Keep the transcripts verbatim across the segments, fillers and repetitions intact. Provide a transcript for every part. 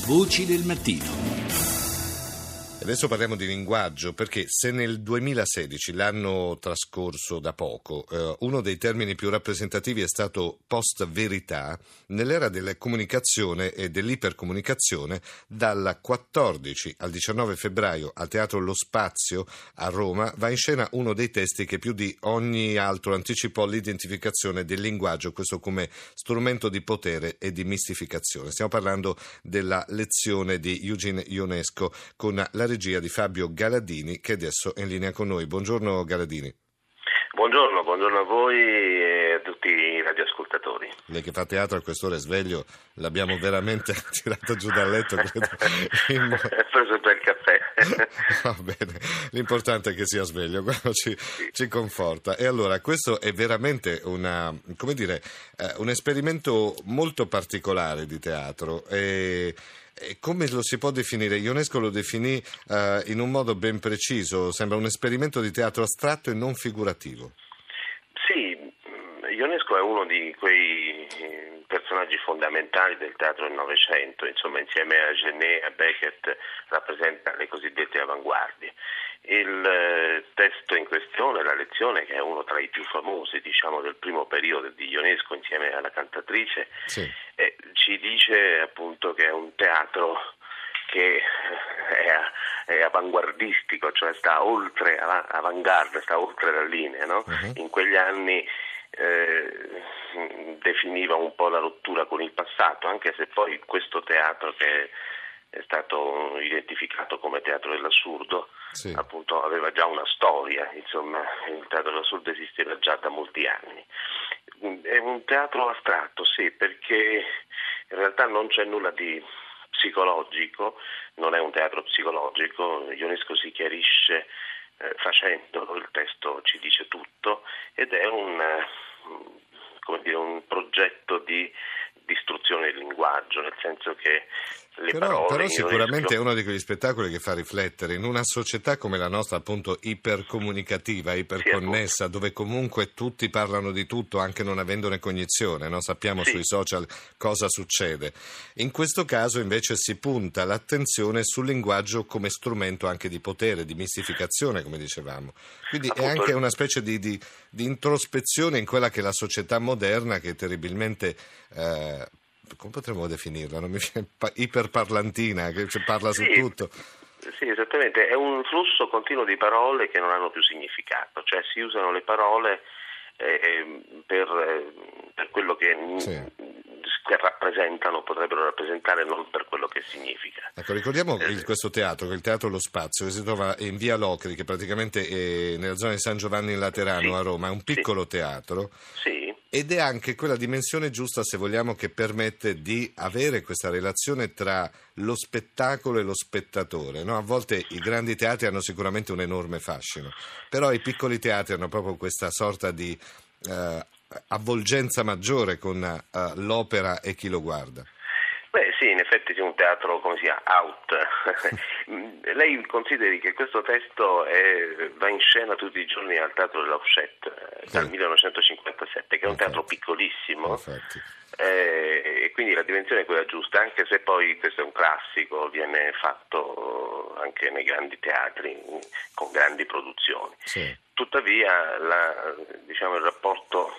Voci del mattino. Adesso parliamo di linguaggio, perché se nel duemilasedici, l'anno trascorso da poco, eh, uno dei termini più rappresentativi è stato post-verità, nell'era della comunicazione e dell'ipercomunicazione, dal quattordici al diciannove febbraio al Teatro Lo Spazio a Roma va in scena uno dei testi che più di ogni altro anticipò l'identificazione del linguaggio, questo come strumento di potere e di mistificazione. Stiamo parlando della lezione di Eugene Ionesco con la regia di Fabio Galadini, che adesso è in linea con noi. Buongiorno Galadini. Buongiorno, buongiorno a voi e a tutti i radioascoltatori. Lei che fa teatro a quest'ora è sveglio, l'abbiamo veramente tirato giù dal letto, credo. In... Ho preso già il caffè. Va bene, l'importante è che sia sveglio, quello ci, ci conforta. E allora, questo è veramente una, come dire, eh, un esperimento molto particolare di teatro. E... E come lo si può definire? Ionesco lo definì uh, in un modo ben preciso, sembra un esperimento di teatro astratto e non figurativo. Sì, Ionesco è uno di quei personaggi fondamentali del teatro del Novecento, insomma insieme a Genet e a Beckett rappresenta le cosiddette avanguardie. Il testo in questione, la lezione, che è uno tra i più famosi, diciamo, del primo periodo di Ionesco insieme alla cantatrice, sì. eh, ci dice appunto che è un teatro che è, è avanguardistico, cioè sta oltre, avanguardia, sta oltre la linea, no? Uh-huh. In quegli anni eh, definiva un po' la rottura con il passato, anche se poi questo teatro, che è stato identificato come teatro dell'assurdo, sì. appunto aveva già una storia, insomma il teatro dell'assurdo esisteva già da molti anni. È un teatro astratto, sì, perché in realtà non c'è nulla di psicologico, non è un teatro psicologico, Ionesco si chiarisce eh, facendolo, il testo ci dice tutto, ed è un, eh, come dire, un progetto di distruzione del linguaggio, nel senso che le però, parole... Però sicuramente Ionesco... è uno di quegli spettacoli che fa riflettere in una società come la nostra, appunto ipercomunicativa, iperconnessa, sì, dove comunque tutti parlano di tutto anche non avendone cognizione, no? Sappiamo sì. sui social cosa succede. In questo caso invece si punta l'attenzione sul linguaggio come strumento anche di potere, di mistificazione, come dicevamo. Quindi appunto, è anche una specie di, di, di introspezione in quella che è la società moderna, che è terribilmente... Eh, come potremmo definirla? Non mi viene, iperparlantina, che parla sì, su tutto. Sì, esattamente, è un flusso continuo di parole che non hanno più significato, cioè si usano le parole eh, per, per quello che, sì. che rappresentano, potrebbero rappresentare, non per quello che significa. Ecco, ricordiamo eh, il, questo teatro, che è il Teatro Lo Spazio, che si trova in via Locri, che praticamente è nella zona di San Giovanni in Laterano, sì, a Roma, è un piccolo sì. teatro. Sì. Ed è anche quella dimensione giusta, se vogliamo, che permette di avere questa relazione tra lo spettacolo e lo spettatore, no? A volte i grandi teatri hanno sicuramente un enorme fascino, però i piccoli teatri hanno proprio questa sorta di eh, avvolgenza maggiore con eh, l'opera e chi lo guarda. Beh sì, in effetti c'è un teatro, come si chiama, out. Lei consideri che questo testo è, va in scena tutti i giorni al Teatro della Hachette sì. dal millenovecentocinquantasette, che è un teatro piccolissimo, eh, e quindi la dimensione è quella giusta, anche se poi questo è un classico, viene fatto anche nei grandi teatri con grandi produzioni. Sì. Tuttavia la, diciamo, il rapporto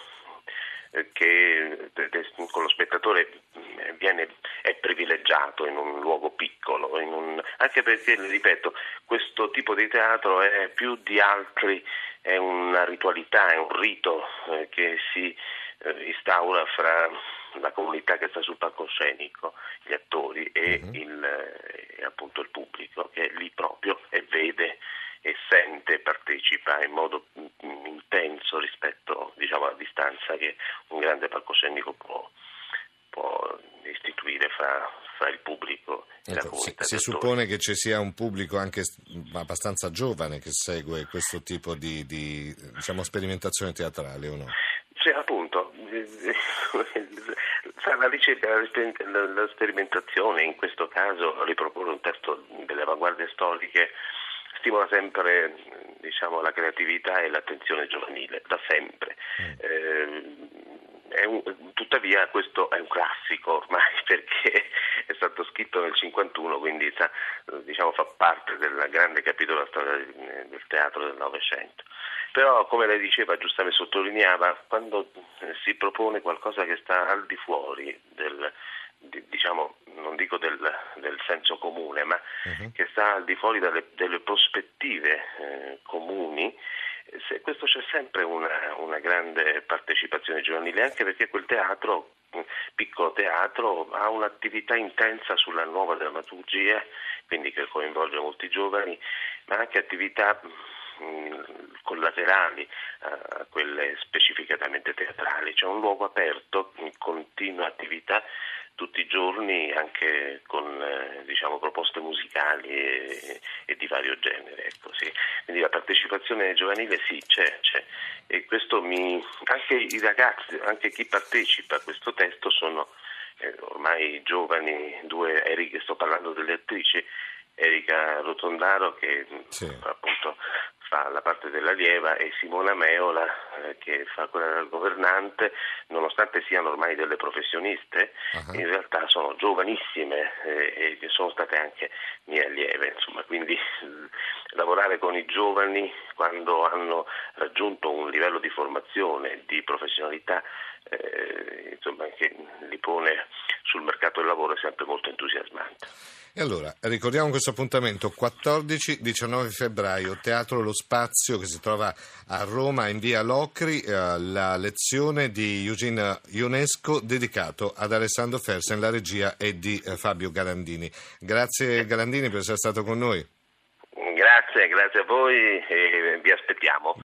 che con lo spettatore viene, è privilegiato in un luogo piccolo, in un, anche perché, ripeto, questo tipo di teatro è più di altri, è una ritualità, è un rito eh, che si eh, instaura fra la comunità che sta sul palcoscenico, gli attori e uh-huh. il, eh, appunto il pubblico, che è lì proprio e vede e sente e partecipa in modo intenso rispetto, diciamo, alla distanza che un grande palcoscenico può, può istituire fra, fra il pubblico e ecco, la comunità. Si, si suppone che ci sia un pubblico anche abbastanza giovane che segue questo tipo di, di diciamo, sperimentazione teatrale, o no? Sì, appunto. La ricerca, la sperimentazione, in questo caso riproporre un testo delle avanguardie storiche, stimola sempre, diciamo, la creatività e l'attenzione giovanile, da sempre. Mm. Eh, è un, tuttavia questo è un classico ormai, perché è stato scritto nel cinquantuno, quindi sa, diciamo, fa parte del grande capitolo della storia del teatro del Novecento. Però, come lei diceva, giustamente sottolineava, quando si propone qualcosa che sta al di fuori del, di, diciamo, non dico del, del senso comune, ma uh-huh. che sta al di fuori delle, delle prospettive eh, comuni, se, questo c'è sempre una, una grande partecipazione giovanile, anche perché quel teatro, piccolo teatro, ha un'attività intensa sulla nuova drammaturgia, quindi che coinvolge molti giovani, ma anche attività collaterali a quelle specificatamente teatrali. C'è un luogo aperto in continua attività tutti i giorni, anche con eh, diciamo proposte musicali e, e di vario genere, ecco, sì. Quindi la partecipazione giovanile sì, c'è, c'è. E questo mi anche i ragazzi, anche chi partecipa a questo testo sono eh, ormai giovani, due Erika, sto parlando delle attrici, Erika Rotondaro che sì. appunto fa la parte dell'allieva e Simona Meola eh, che fa quella del governante, nonostante siano ormai delle professioniste, uh-huh. in realtà sono giovanissime eh, e sono state anche mie allieve, insomma, quindi eh, lavorare con i giovani quando hanno raggiunto un livello di formazione, di professionalità eh, insomma, che li pone sul mercato del lavoro è sempre molto entusiasmante. E allora, ricordiamo questo appuntamento quattordici diciannove febbraio, Teatro Lo Spazio, che si trova a Roma in via Locri, eh, la lezione di Eugene Ionesco dedicato ad Alessandro Fersen, la regia è di eh, Fabio Galandini. Grazie Galandini per essere stato con noi. Grazie, grazie a voi e vi aspettiamo.